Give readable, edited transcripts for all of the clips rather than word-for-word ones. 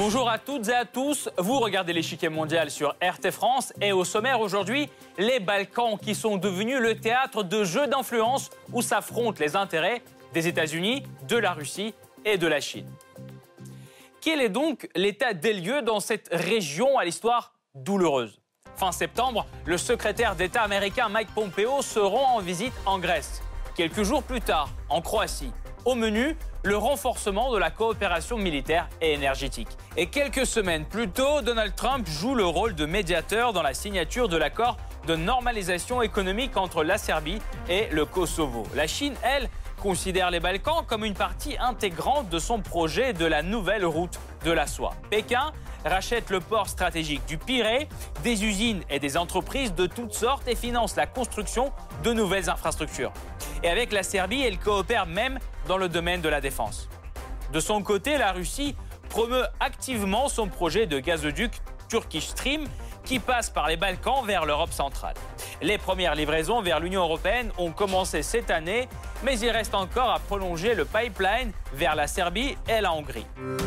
Bonjour à toutes et à tous, vous regardez l'échiquier mondial sur RT France et au sommaire aujourd'hui, les Balkans qui sont devenus le théâtre de jeux d'influence où s'affrontent les intérêts des États-Unis, de la Russie et de la Chine. Quel est donc l'état des lieux dans cette région à l'histoire douloureuse ? Fin septembre, le secrétaire d'État américain Mike Pompeo se rend en visite en Grèce. Quelques jours plus tard, en Croatie. Au menu, le renforcement de la coopération militaire et énergétique. Et quelques semaines plus tôt, Donald Trump joue le rôle de médiateur dans la signature de l'accord de normalisation économique entre la Serbie et le Kosovo. La Chine, elle, considère les Balkans comme une partie intégrante de son projet de la nouvelle route de la soie. Pékin rachète le port stratégique du Pirée, des usines et des entreprises de toutes sortes et finance la construction de nouvelles infrastructures. Et avec la Serbie, elle coopère même dans le domaine de la défense. De son côté, la Russie promeut activement son projet de gazoduc Turkish Stream qui passe par les Balkans vers l'Europe centrale. Les premières livraisons vers l'Union européenne ont commencé cette année, mais il reste encore à prolonger le pipeline vers la Serbie et la Hongrie.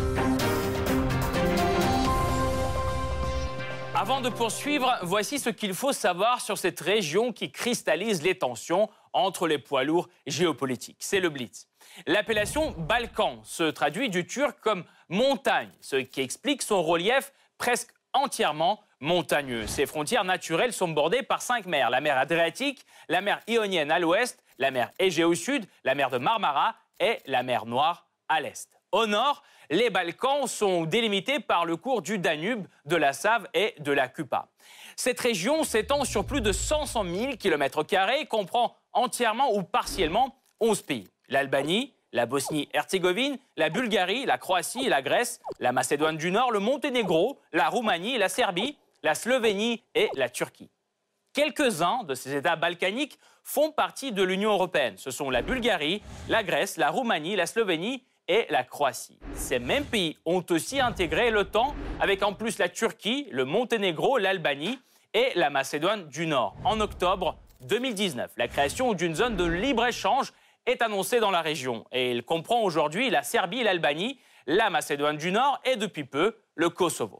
Avant de poursuivre, voici ce qu'il faut savoir sur cette région qui cristallise les tensions entre les poids lourds géopolitiques. C'est le Blitz. L'appellation Balkan se traduit du turc comme montagne, ce qui explique son relief presque entièrement montagneux. Ses frontières naturelles sont bordées par 5 mers. La mer Adriatique, la mer Ionienne à l'ouest, la mer Égée au sud, la mer de Marmara et la mer Noire à l'est. Au nord, les Balkans sont délimités par le cours du Danube, de la Save et de la Kupa. Cette région s'étend sur plus de 100 000 km² et comprend entièrement ou partiellement 11 pays. L'Albanie, la Bosnie-Herzégovine, la Bulgarie, la Croatie, la Grèce, la Macédoine du Nord, le Monténégro, la Roumanie, la Serbie, la Slovénie et la Turquie. Quelques-uns de ces États balkaniques font partie de l'Union européenne. Ce sont la Bulgarie, la Grèce, la Roumanie, la Slovénie et la Croatie. Ces mêmes pays ont aussi intégré l'OTAN avec en plus la Turquie, le Monténégro, l'Albanie et la Macédoine du Nord. En octobre 2019, la création d'une zone de libre-échange est annoncée dans la région et il comprend aujourd'hui la Serbie, l'Albanie, la Macédoine du Nord et depuis peu le Kosovo.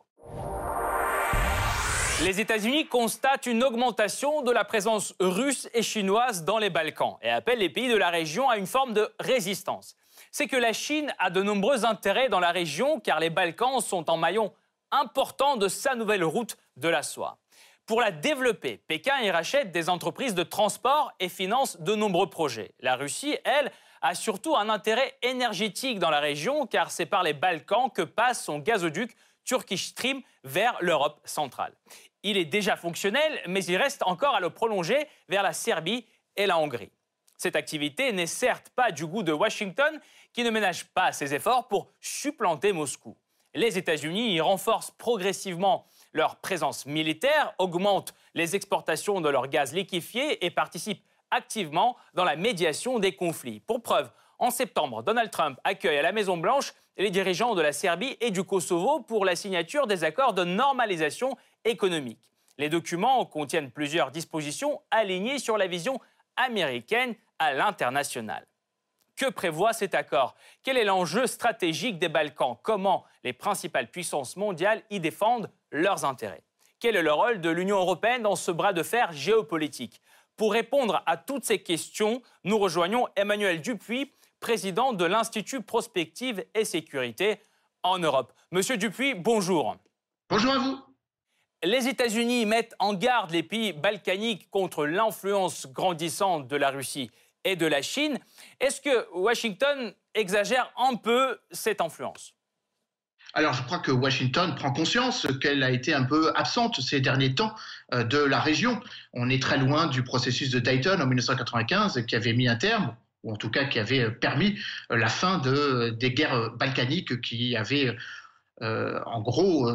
Les États-Unis constatent une augmentation de la présence russe et chinoise dans les Balkans et appellent les pays de la région à une forme de résistance. C'est que la Chine a de nombreux intérêts dans la région car les Balkans sont un maillon important de sa nouvelle route de la soie. Pour la développer, Pékin y rachète des entreprises de transport et finance de nombreux projets. La Russie, elle, a surtout un intérêt énergétique dans la région car c'est par les Balkans que passe son gazoduc Turkish Stream vers l'Europe centrale. Il est déjà fonctionnel, mais il reste encore à le prolonger vers la Serbie et la Hongrie. Cette activité n'est certes pas du goût de Washington, qui ne ménage pas ses efforts pour supplanter Moscou. Les États-Unis y renforcent progressivement leur présence militaire, augmentent les exportations de leur gaz liquéfié et participent activement dans la médiation des conflits. Pour preuve, en septembre, Donald Trump accueille à la Maison-Blanche les dirigeants de la Serbie et du Kosovo pour la signature des accords de normalisation économique. Les documents contiennent plusieurs dispositions alignées sur la vision américaine à l'international. Que prévoit cet accord ? Quel est l'enjeu stratégique des Balkans ? Comment les principales puissances mondiales y défendent leurs intérêts ? Quel est le rôle de l'Union européenne dans ce bras de fer géopolitique ? Pour répondre à toutes ces questions, nous rejoignons Emmanuel Dupuis, président de l'Institut Prospective et Sécurité en Europe. Monsieur Dupuis, bonjour. Bonjour à vous. Les États-Unis mettent en garde les pays balkaniques contre l'influence grandissante de la Russie et de la Chine. Est-ce que Washington exagère un peu cette influence ? Alors, je crois que Washington prend conscience qu'elle a été un peu absente ces derniers temps de la région. On est très loin du processus de Dayton en 1995 qui avait mis un terme, ou en tout cas qui avait permis la fin des guerres balkaniques qui avaient en gros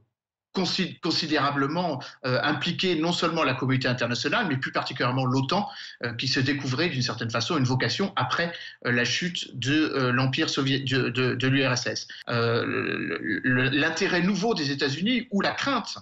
considérablement impliqué non seulement la communauté internationale, mais plus particulièrement l'OTAN, qui se découvrait d'une certaine façon une vocation après la chute de l'Empire soviétique, de l'URSS. L'intérêt nouveau des États-Unis ou la crainte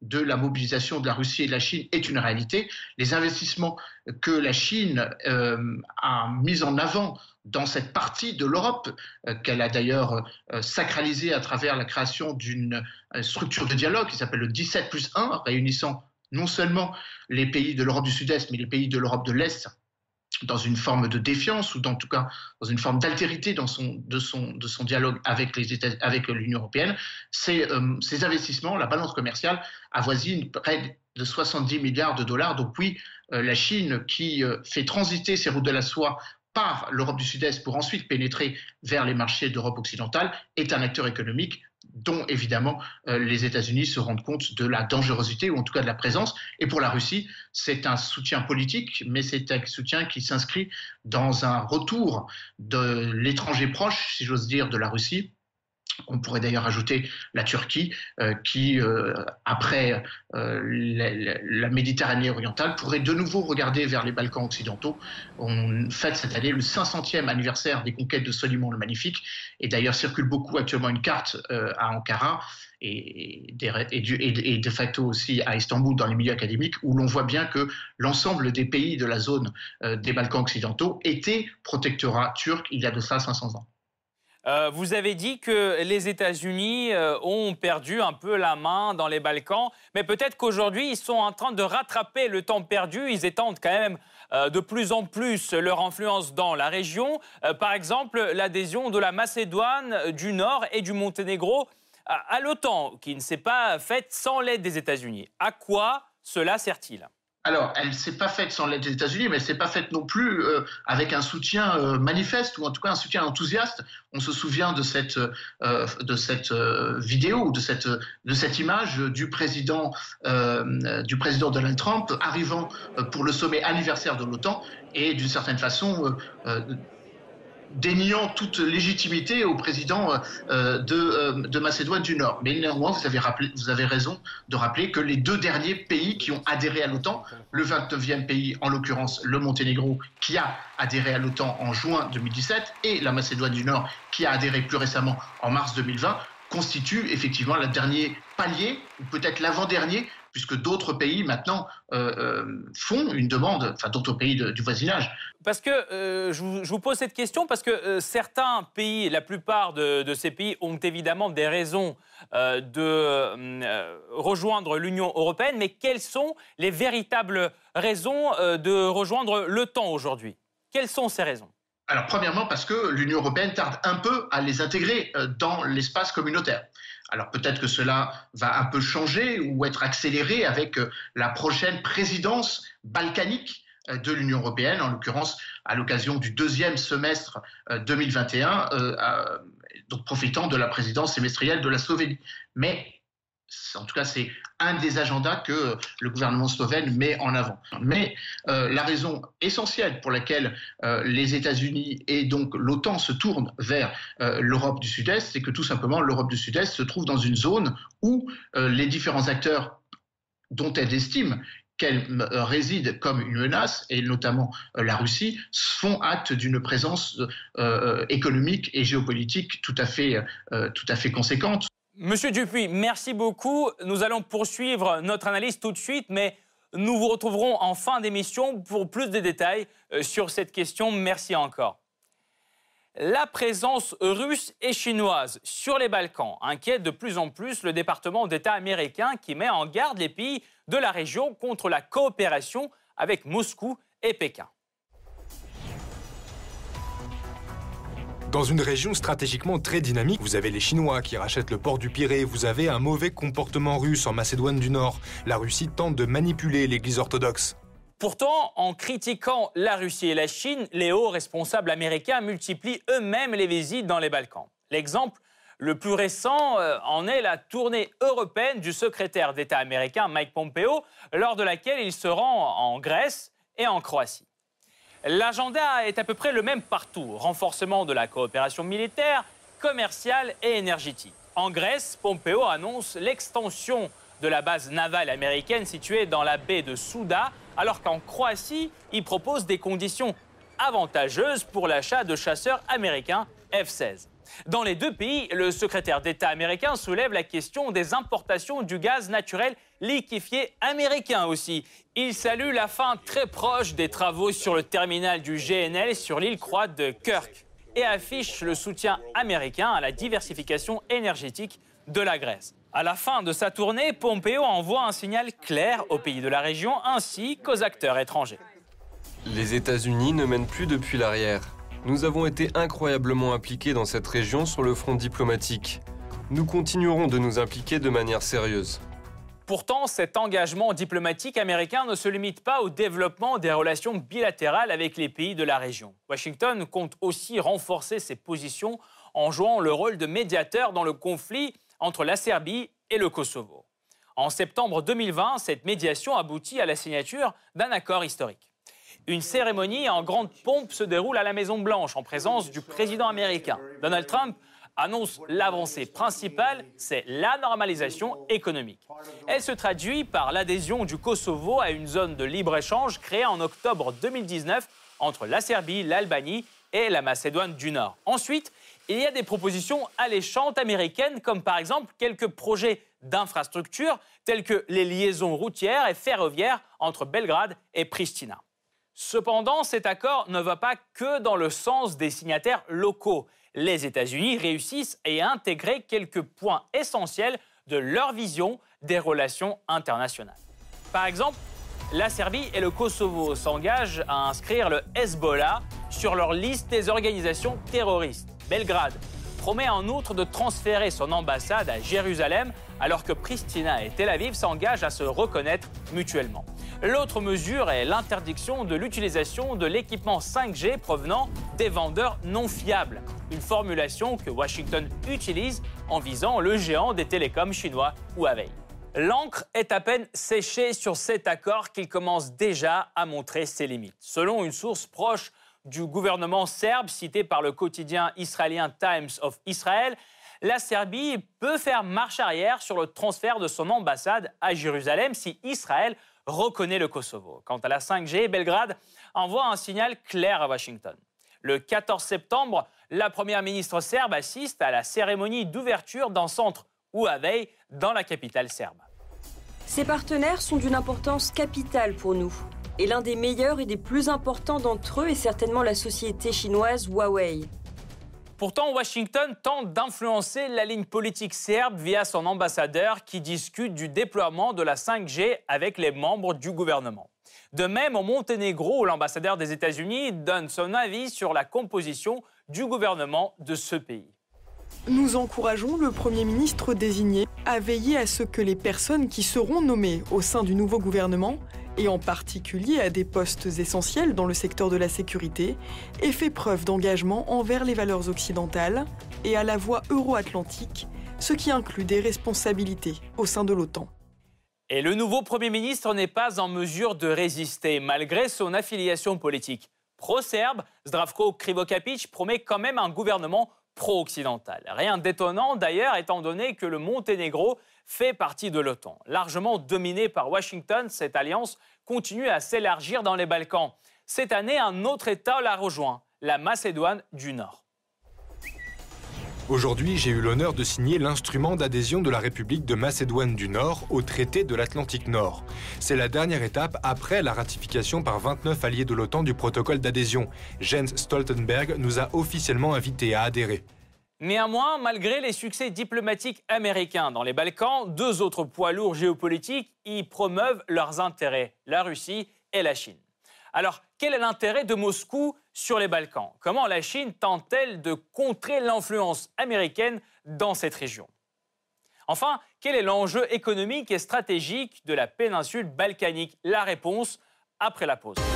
de la mobilisation de la Russie et de la Chine est une réalité. Les investissements que la Chine a mis en avant dans cette partie de l'Europe, qu'elle a d'ailleurs sacralisée à travers la création d'une structure de dialogue qui s'appelle le 17+1, réunissant non seulement les pays de l'Europe du Sud-Est, mais les pays de l'Europe de l'Est, dans une forme de défiance ou en tout cas dans une forme d'altérité de son dialogue avec l'Union européenne, ces investissements, la balance commerciale avoisine près de 70 milliards de dollars. Donc oui, la Chine qui fait transiter ses routes de la soie par l'Europe du Sud-Est pour ensuite pénétrer vers les marchés d'Europe occidentale est un acteur économique dont évidemment les États-Unis se rendent compte de la dangerosité ou en tout cas de la présence. Et pour la Russie, c'est un soutien politique, mais c'est un soutien qui s'inscrit dans un retour de l'étranger proche, si j'ose dire, de la Russie. On pourrait d'ailleurs ajouter la Turquie qui, après la Méditerranée orientale, pourrait de nouveau regarder vers les Balkans occidentaux. On fête cette année le 500e anniversaire des conquêtes de Soliman le Magnifique. Et d'ailleurs circule beaucoup actuellement une carte à Ankara et de facto aussi à Istanbul dans les milieux académiques, où l'on voit bien que l'ensemble des pays de la zone des Balkans occidentaux étaient protectorats turcs il y a de ça 500 ans. Vous avez dit que les États-Unis ont perdu un peu la main dans les Balkans, mais peut-être qu'aujourd'hui, ils sont en train de rattraper le temps perdu. Ils étendent quand même de plus en plus leur influence dans la région. Par exemple, l'adhésion de la Macédoine du Nord et du Monténégro à l'OTAN, qui ne s'est pas faite sans l'aide des États-Unis. À quoi cela sert-il ? Alors, elle ne s'est pas faite sans l'aide des États-Unis, mais elle ne s'est pas faite non plus avec un soutien manifeste, ou en tout cas un soutien enthousiaste. On se souvient de cette vidéo, de cette image du président Donald Trump arrivant pour le sommet anniversaire de l'OTAN et d'une certaine façon déniant toute légitimité au président de Macédoine du Nord. Mais néanmoins, vous avez raison de rappeler que les deux derniers pays qui ont adhéré à l'OTAN, le 29e pays, en l'occurrence le Monténégro, qui a adhéré à l'OTAN en juin 2017, et la Macédoine du Nord, qui a adhéré plus récemment en mars 2020, constituent effectivement le dernier palier, ou peut-être l'avant-dernier, puisque d'autres pays maintenant font une demande, enfin d'autres pays du voisinage. Parce que je vous pose cette question parce que certains pays, la plupart de ces pays ont évidemment des raisons de rejoindre l'Union européenne, mais quelles sont les véritables raisons de rejoindre l'OTAN aujourd'hui? Quelles sont ces raisons? Alors, premièrement, parce que l'Union européenne tarde un peu à les intégrer dans l'espace communautaire. Alors, peut-être que cela va un peu changer ou être accéléré avec la prochaine présidence balkanique de l'Union européenne, en l'occurrence à l'occasion du deuxième semestre 2021, donc profitant de la présidence semestrielle de la Slovénie. Mais en tout cas, c'est un des agendas que le gouvernement slovène met en avant. Mais la raison essentielle pour laquelle les États-Unis et donc l'OTAN se tournent vers l'Europe du Sud-Est, c'est que tout simplement l'Europe du Sud-Est se trouve dans une zone où les différents acteurs dont elle estime qu'elle réside comme une menace, et notamment la Russie, font acte d'une présence économique et géopolitique tout à fait conséquente. Monsieur Dupuy, merci beaucoup. Nous allons poursuivre notre analyse tout de suite, mais nous vous retrouverons en fin d'émission pour plus de détails sur cette question. Merci encore. La présence russe et chinoise sur les Balkans inquiète de plus en plus le département d'État américain qui met en garde les pays de la région contre la coopération avec Moscou et Pékin. Dans une région stratégiquement très dynamique, vous avez les Chinois qui rachètent le port du Pirée, vous avez un mauvais comportement russe en Macédoine du Nord. La Russie tente de manipuler l'Église orthodoxe. Pourtant, en critiquant la Russie et la Chine, les hauts responsables américains multiplient eux-mêmes les visites dans les Balkans. L'exemple le plus récent en est la tournée européenne du secrétaire d'État américain Mike Pompeo, lors de laquelle il se rend en Grèce et en Croatie. L'agenda est à peu près le même partout. Renforcement de la coopération militaire, commerciale et énergétique. En Grèce, Pompeo annonce l'extension de la base navale américaine située dans la baie de Souda, alors qu'en Croatie, il propose des conditions avantageuses pour l'achat de chasseurs américains F-16. Dans les deux pays, le secrétaire d'État américain soulève la question des importations du gaz naturel liquéfié américain aussi. Il salue la fin très proche des travaux sur le terminal du GNL sur l'île croate de Kirk et affiche le soutien américain à la diversification énergétique de la Grèce. À la fin de sa tournée, Pompeo envoie un signal clair aux pays de la région ainsi qu'aux acteurs étrangers. Les États-Unis ne mènent plus depuis l'arrière. Nous avons été incroyablement impliqués dans cette région sur le front diplomatique. Nous continuerons de nous impliquer de manière sérieuse. Pourtant, cet engagement diplomatique américain ne se limite pas au développement des relations bilatérales avec les pays de la région. Washington compte aussi renforcer ses positions en jouant le rôle de médiateur dans le conflit entre la Serbie et le Kosovo. En septembre 2020, cette médiation aboutit à la signature d'un accord historique. Une cérémonie en grande pompe se déroule à la Maison-Blanche en présence du président américain. Donald Trump annonce l'avancée principale, c'est la normalisation économique. Elle se traduit par l'adhésion du Kosovo à une zone de libre-échange créée en octobre 2019 entre la Serbie, l'Albanie et la Macédoine du Nord. Ensuite, il y a des propositions alléchantes américaines, comme par exemple quelques projets d'infrastructures tels que les liaisons routières et ferroviaires entre Belgrade et Pristina. Cependant, cet accord ne va pas que dans le sens des signataires locaux. Les États-Unis réussissent à intégrer quelques points essentiels de leur vision des relations internationales. Par exemple, la Serbie et le Kosovo s'engagent à inscrire le Hezbollah sur leur liste des organisations terroristes. Belgrade promet en outre de transférer son ambassade à Jérusalem, alors que Pristina et Tel Aviv s'engagent à se reconnaître mutuellement. L'autre mesure est l'interdiction de l'utilisation de l'équipement 5G provenant des vendeurs non fiables, une formulation que Washington utilise en visant le géant des télécoms chinois Huawei. L'encre est à peine séchée sur cet accord qu'il commence déjà à montrer ses limites. Selon une source proche du gouvernement serbe cité par le quotidien israélien Times of Israel, la Serbie peut faire marche arrière sur le transfert de son ambassade à Jérusalem si Israël reconnaît le Kosovo. Quant à la 5G, Belgrade envoie un signal clair à Washington. Le 14 septembre, la première ministre serbe assiste à la cérémonie d'ouverture d'un centre Huawei dans la capitale serbe. Ces partenaires sont d'une importance capitale pour nous. Et l'un des meilleurs et des plus importants d'entre eux est certainement la société chinoise Huawei. Pourtant, Washington tente d'influencer la ligne politique serbe via son ambassadeur qui discute du déploiement de la 5G avec les membres du gouvernement. De même, au Monténégro, l'ambassadeur des États-Unis donne son avis sur la composition du gouvernement de ce pays. Nous encourageons le Premier ministre désigné à veiller à ce que les personnes qui seront nommées au sein du nouveau gouvernement, et en particulier à des postes essentiels dans le secteur de la sécurité, aient fait preuve d'engagement envers les valeurs occidentales et à la voie euro-atlantique, ce qui inclut des responsabilités au sein de l'OTAN. Et le nouveau Premier ministre n'est pas en mesure de résister, malgré son affiliation politique. Pro-serbe, Zdravko Krivokapić promet quand même un gouvernement pro-occidental. Rien d'étonnant d'ailleurs, étant donné que le Monténégro fait partie de l'OTAN. Largement dominée par Washington, cette alliance continue à s'élargir dans les Balkans. Cette année, un autre État la rejoint, la Macédoine du Nord. Aujourd'hui, j'ai eu l'honneur de signer l'instrument d'adhésion de la République de Macédoine du Nord au traité de l'Atlantique Nord. C'est la dernière étape après la ratification par 29 alliés de l'OTAN du protocole d'adhésion. Jens Stoltenberg nous a officiellement invités à adhérer. Néanmoins, malgré les succès diplomatiques américains dans les Balkans, deux autres poids lourds géopolitiques y promeuvent leurs intérêts, la Russie et la Chine. Alors, quel est l'intérêt de Moscou sur les Balkans? Comment la Chine tente-t-elle de contrer l'influence américaine dans cette région? Enfin, quel est l'enjeu économique et stratégique de la péninsule balkanique? La réponse après la pause.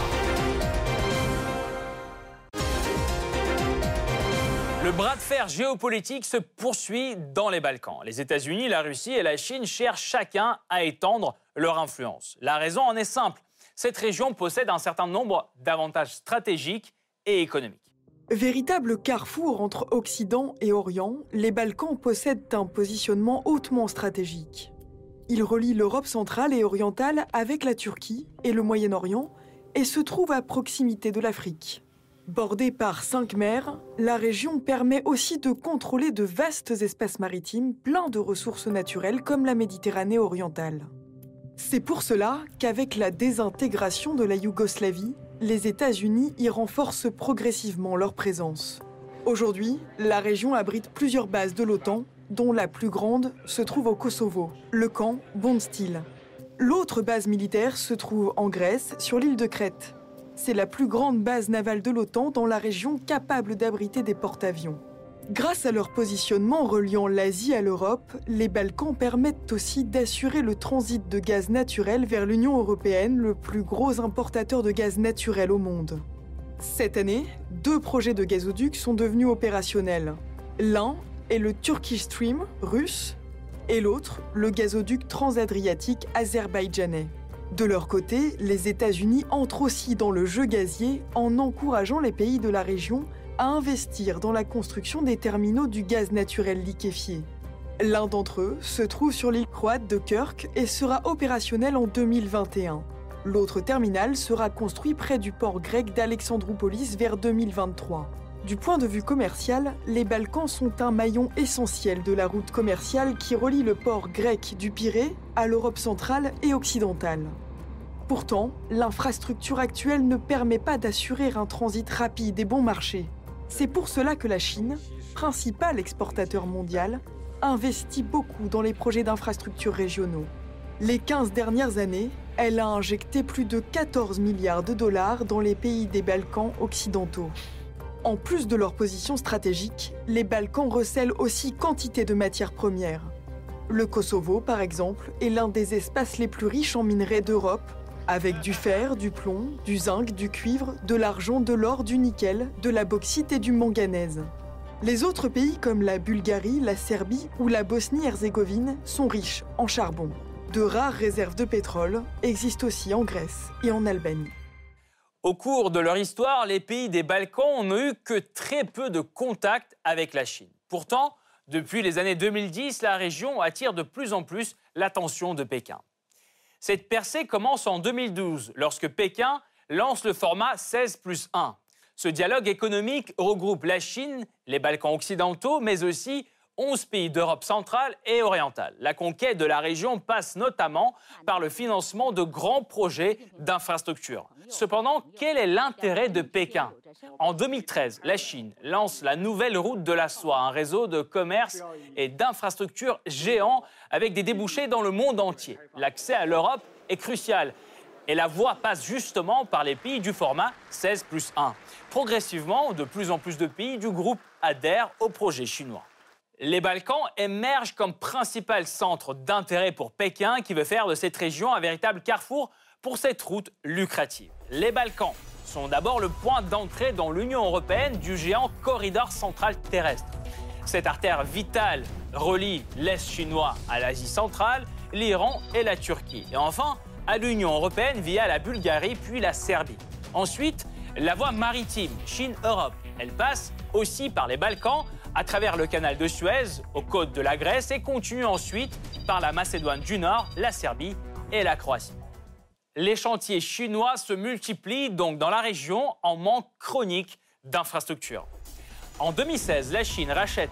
Le bras de fer géopolitique se poursuit dans les Balkans. Les États-Unis, la Russie et la Chine cherchent chacun à étendre leur influence. La raison en est simple. Cette région possède un certain nombre d'avantages stratégiques et économiques. Véritable carrefour entre Occident et Orient, les Balkans possèdent un positionnement hautement stratégique. Ils relient l'Europe centrale et orientale avec la Turquie et le Moyen-Orient et se trouvent à proximité de l'Afrique. Bordée par 5 mers, la région permet aussi de contrôler de vastes espaces maritimes pleins de ressources naturelles comme la Méditerranée orientale. C'est pour cela qu'avec la désintégration de la Yougoslavie, les États-Unis y renforcent progressivement leur présence. Aujourd'hui, la région abrite plusieurs bases de l'OTAN, dont la plus grande se trouve au Kosovo, le camp Bondstil. L'autre base militaire se trouve en Grèce, sur l'île de Crète. C'est la plus grande base navale de l'OTAN dans la région capable d'abriter des porte-avions. Grâce à leur positionnement reliant l'Asie à l'Europe, les Balkans permettent aussi d'assurer le transit de gaz naturel vers l'Union européenne, le plus gros importateur de gaz naturel au monde. Cette année, 2 projets de gazoducs sont devenus opérationnels. L'un est le Turkish Stream russe et l'autre, le gazoduc transadriatique azerbaïdjanais. De leur côté, les États-Unis entrent aussi dans le jeu gazier en encourageant les pays de la région à investir dans la construction des terminaux du gaz naturel liquéfié. L'un d'entre eux se trouve sur l'île croate de Krk et sera opérationnel en 2021. L'autre terminal sera construit près du port grec d'Alexandroupolis vers 2023. Du point de vue commercial, les Balkans sont un maillon essentiel de la route commerciale qui relie le port grec du Pirée à l'Europe centrale et occidentale. Pourtant, l'infrastructure actuelle ne permet pas d'assurer un transit rapide et bon marché. C'est pour cela que la Chine, principal exportateur mondial, investit beaucoup dans les projets d'infrastructures régionaux. Les 15 dernières années, elle a injecté plus de 14 milliards de dollars dans les pays des Balkans occidentaux. En plus de leur position stratégique, les Balkans recèlent aussi quantité de matières premières. Le Kosovo, par exemple, est l'un des espaces les plus riches en minerais d'Europe, avec du fer, du plomb, du zinc, du cuivre, de l'argent, de l'or, du nickel, de la bauxite et du manganèse. Les autres pays comme la Bulgarie, la Serbie ou la Bosnie-Herzégovine sont riches en charbon. De rares réserves de pétrole existent aussi en Grèce et en Albanie. Au cours de leur histoire, les pays des Balkans n'ont eu que très peu de contact avec la Chine. Pourtant, depuis les années 2010, la région attire de plus en plus l'attention de Pékin. Cette percée commence en 2012, lorsque Pékin lance le format 16+1. Ce dialogue économique regroupe la Chine, les Balkans occidentaux, mais aussi 11 pays d'Europe centrale et orientale. La conquête de la région passe notamment par le financement de grands projets d'infrastructures. Cependant, quel est l'intérêt de Pékin ? En 2013, la Chine lance la nouvelle route de la soie, un réseau de commerce et d'infrastructures géant avec des débouchés dans le monde entier. L'accès à l'Europe est crucial et la voie passe justement par les pays du format 16+1. Progressivement, de plus en plus de pays du groupe adhèrent au projet chinois. Les Balkans émergent comme principal centre d'intérêt pour Pékin qui veut faire de cette région un véritable carrefour pour cette route lucrative. Les Balkans sont d'abord le point d'entrée dans l'Union européenne du géant corridor central terrestre. Cette artère vitale relie l'Est chinois à l'Asie centrale, l'Iran et la Turquie. Et enfin, à l'Union européenne via la Bulgarie puis la Serbie. Ensuite, la voie maritime Chine-Europe. Elle passe aussi par les Balkans, à travers le canal de Suez, aux côtes de la Grèce et continue ensuite par la Macédoine du Nord, la Serbie et la Croatie. Les chantiers chinois se multiplient donc dans la région en manque chronique d'infrastructures. En 2016, la Chine rachète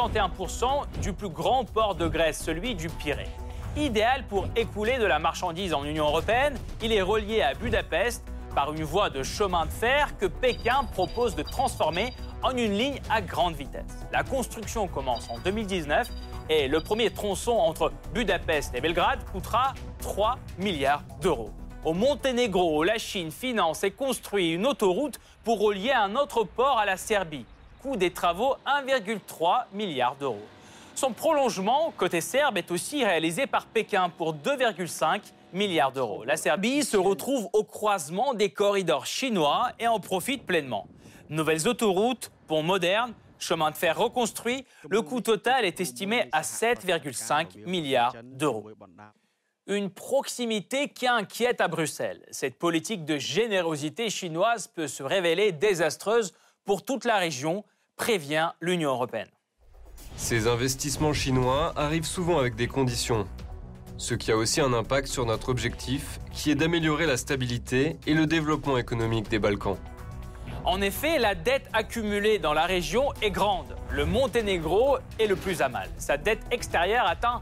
51% du plus grand port de Grèce, celui du Pirée. Idéal pour écouler de la marchandise en Union européenne, il est relié à Budapest par une voie de chemin de fer que Pékin propose de transformer en une ligne à grande vitesse. La construction commence en 2019 et le premier tronçon entre Budapest et Belgrade coûtera 3 milliards d'euros. Au Monténégro, la Chine finance et construit une autoroute pour relier un autre port à la Serbie. Coût des travaux 1,3 milliard d'euros. Son prolongement, côté serbe, est aussi réalisé par Pékin pour 2,5 milliards d'euros. La Serbie se retrouve au croisement des corridors chinois et en profite pleinement. Nouvelles autoroutes, ponts modernes, chemins de fer reconstruits, le coût total est estimé à 7,5 milliards d'euros. Une proximité qui inquiète à Bruxelles. Cette politique de générosité chinoise peut se révéler désastreuse pour toute la région, prévient l'Union européenne. Ces investissements chinois arrivent souvent avec des conditions, ce qui a aussi un impact sur notre objectif, qui est d'améliorer la stabilité et le développement économique des Balkans. En effet, la dette accumulée dans la région est grande. Le Monténégro est le plus à mal. Sa dette extérieure atteint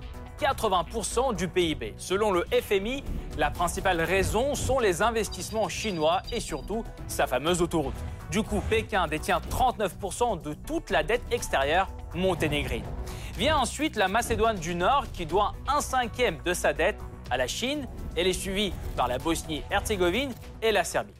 80% du PIB. Selon le FMI, la principale raison sont les investissements chinois et surtout sa fameuse autoroute. Du coup, Pékin détient 39% de toute la dette extérieure monténégrine. Vient ensuite la Macédoine du Nord qui doit 1/5 de sa dette à la Chine. Elle est suivie par la Bosnie-Herzégovine et la Serbie.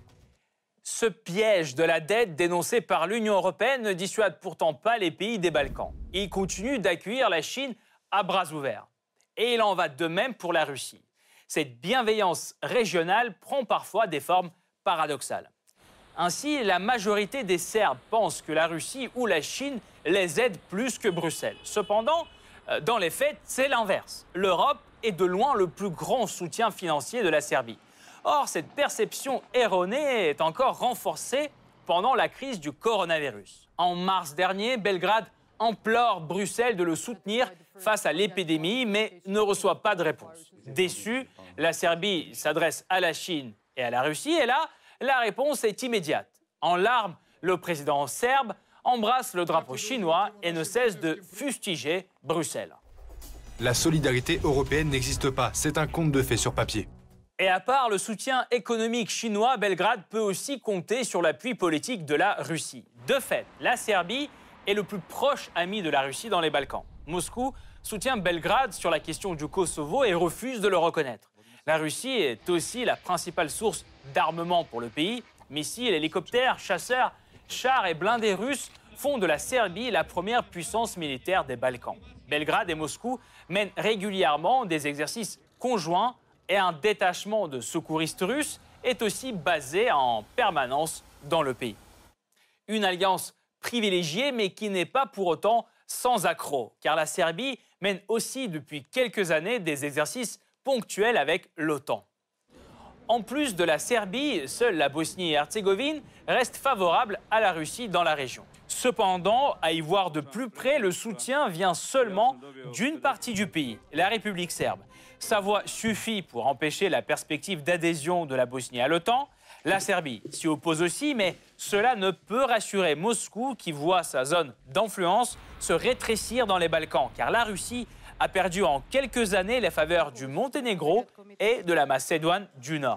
Ce piège de la dette dénoncé par l'Union européenne ne dissuade pourtant pas les pays des Balkans. Ils continuent d'accueillir la Chine à bras ouverts. Et il en va de même pour la Russie. Cette bienveillance régionale prend parfois des formes paradoxales. Ainsi, la majorité des Serbes pensent que la Russie ou la Chine les aident plus que Bruxelles. Cependant, dans les faits, c'est l'inverse. L'Europe est de loin le plus grand soutien financier de la Serbie. Or, cette perception erronée est encore renforcée pendant la crise du coronavirus. En mars dernier, Belgrade implore Bruxelles de le soutenir face à l'épidémie, mais ne reçoit pas de réponse. Déçu, la Serbie s'adresse à la Chine et à la Russie, et là, la réponse est immédiate. En larmes, le président serbe embrasse le drapeau chinois et ne cesse de fustiger Bruxelles. La solidarité européenne n'existe pas, c'est un conte de fées sur papier. Et à part le soutien économique chinois, Belgrade peut aussi compter sur l'appui politique de la Russie. De fait, la Serbie est le plus proche ami de la Russie dans les Balkans. Moscou soutient Belgrade sur la question du Kosovo et refuse de le reconnaître. La Russie est aussi la principale source d'armement pour le pays. Missiles, hélicoptères, chasseurs, chars et blindés russes font de la Serbie la première puissance militaire des Balkans. Belgrade et Moscou mènent régulièrement des exercices conjoints et un détachement de secouristes russes est aussi basé en permanence dans le pays. Une alliance privilégiée mais qui n'est pas pour autant sans accroc, car la Serbie mène aussi depuis quelques années des exercices ponctuels avec l'OTAN. En plus de la Serbie, seule la Bosnie-Herzégovine reste favorable à la Russie dans la région. Cependant, à y voir de plus près, le soutien vient seulement d'une partie du pays, la République serbe. Sa voix suffit pour empêcher la perspective d'adhésion de la Bosnie à l'OTAN. La Serbie s'y oppose aussi, mais cela ne peut rassurer Moscou qui voit sa zone d'influence se rétrécir dans les Balkans, car la Russie a perdu en quelques années les faveurs du Monténégro et de la Macédoine du Nord.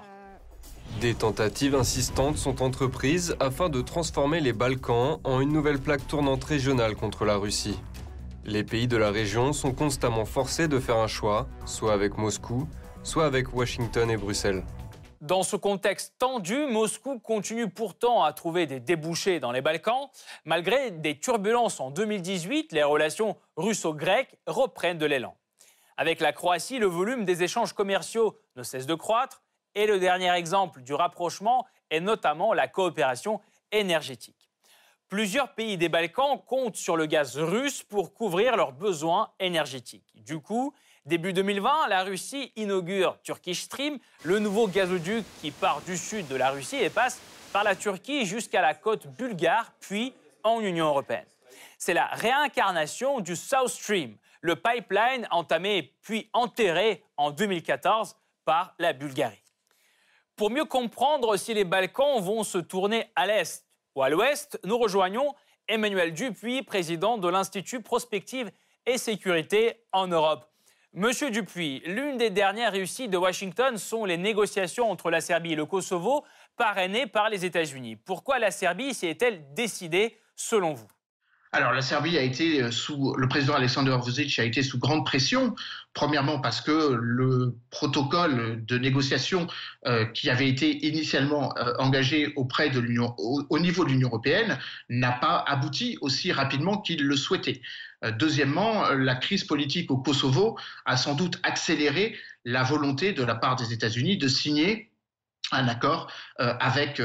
Des tentatives insistantes sont entreprises afin de transformer les Balkans en une nouvelle plaque tournante régionale contre la Russie. Les pays de la région sont constamment forcés de faire un choix, soit avec Moscou, soit avec Washington et Bruxelles. Dans ce contexte tendu, Moscou continue pourtant à trouver des débouchés dans les Balkans. Malgré des turbulences en 2018, les relations russo-grecques reprennent de l'élan. Avec la Croatie, le volume des échanges commerciaux ne cesse de croître. Et le dernier exemple du rapprochement est notamment la coopération énergétique. Plusieurs pays des Balkans comptent sur le gaz russe pour couvrir leurs besoins énergétiques. Du coup, début 2020, la Russie inaugure Turkish Stream, le nouveau gazoduc qui part du sud de la Russie et passe par la Turquie jusqu'à la côte bulgare, puis en Union européenne. C'est la réincarnation du South Stream, le pipeline entamé puis enterré en 2014 par la Bulgarie. Pour mieux comprendre si les Balkans vont se tourner à l'est ou à l'ouest, nous rejoignons Emmanuel Dupuis, président de l'Institut Prospective et Sécurité en Europe. Monsieur Dupuis, l'une des dernières réussites de Washington sont les négociations entre la Serbie et le Kosovo, parrainées par les États-Unis. Pourquoi la Serbie s'y est-elle décidée, selon vous ? Alors, la Serbie a été le président Aleksandar Vučić a été sous grande pression. Premièrement, parce que le protocole de négociation qui avait été initialement engagé auprès de au niveau de l'Union européenne n'a pas abouti aussi rapidement qu'il le souhaitait. Deuxièmement, la crise politique au Kosovo a sans doute accéléré la volonté de la part des États-Unis de signer un accord avec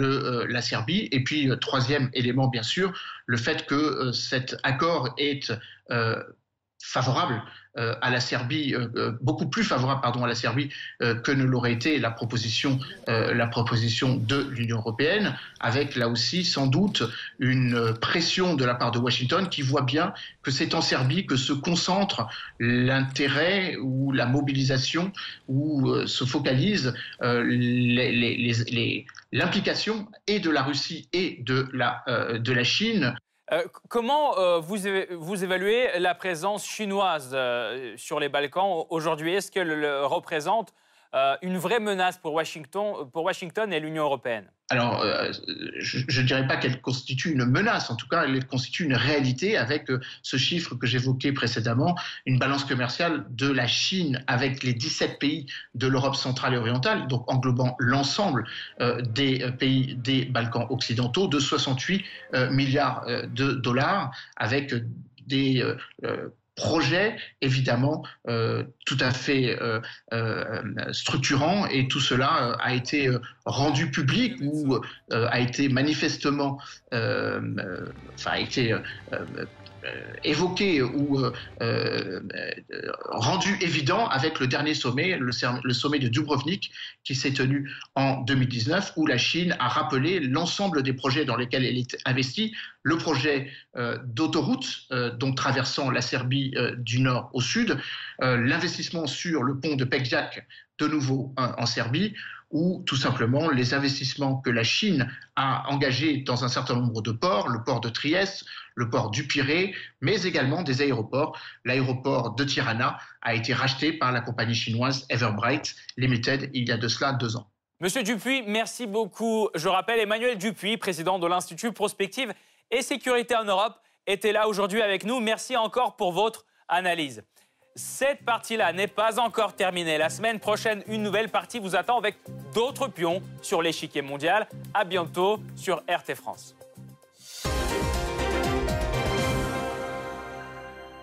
la Serbie. Et puis, troisième élément, bien sûr, le fait que cet accord est favorable à la Serbie, beaucoup plus favorable à la Serbie que ne l'aurait été la proposition de l'Union européenne, avec là aussi sans doute une pression de la part de Washington qui voit bien que c'est en Serbie que se concentre l'intérêt ou la mobilisation où se focalise l'implication et de la Russie et de la Chine. Comment vous évaluez la présence chinoise sur les Balkans aujourd'hui? Est-ce qu'elle représente une vraie menace pour Washington et l'Union européenne? Alors, je ne dirais pas qu'elle constitue une menace, en tout cas, elle constitue une réalité avec ce chiffre que j'évoquais précédemment, une balance commerciale de la Chine avec les 17 pays de l'Europe centrale et orientale, donc englobant l'ensemble des pays des Balkans occidentaux, de 68 milliards de dollars, avec des projet évidemment tout à fait structurant, et tout cela a été rendu public ou a été manifestement évoqué ou rendu évident avec le dernier sommet, le sommet de Dubrovnik, qui s'est tenu en 2019, où la Chine a rappelé l'ensemble des projets dans lesquels elle est investie, le projet d'autoroute, donc traversant la Serbie du nord au sud, l'investissement sur le pont de Pekjak, de nouveau en Serbie, ou tout simplement les investissements que la Chine a engagés dans un certain nombre de ports, le port de Trieste, le port du Pirée, mais également des aéroports. L'aéroport de Tirana a été racheté par la compagnie chinoise Everbright Limited il y a de cela 2 ans. Monsieur Dupuy, merci beaucoup. Je rappelle, Emmanuel Dupuy, président de l'Institut Prospective et Sécurité en Europe, était là aujourd'hui avec nous. Merci encore pour votre analyse. Cette partie-là n'est pas encore terminée. La semaine prochaine, une nouvelle partie vous attend avec d'autres pions sur l'échiquier mondial. À bientôt sur RT France.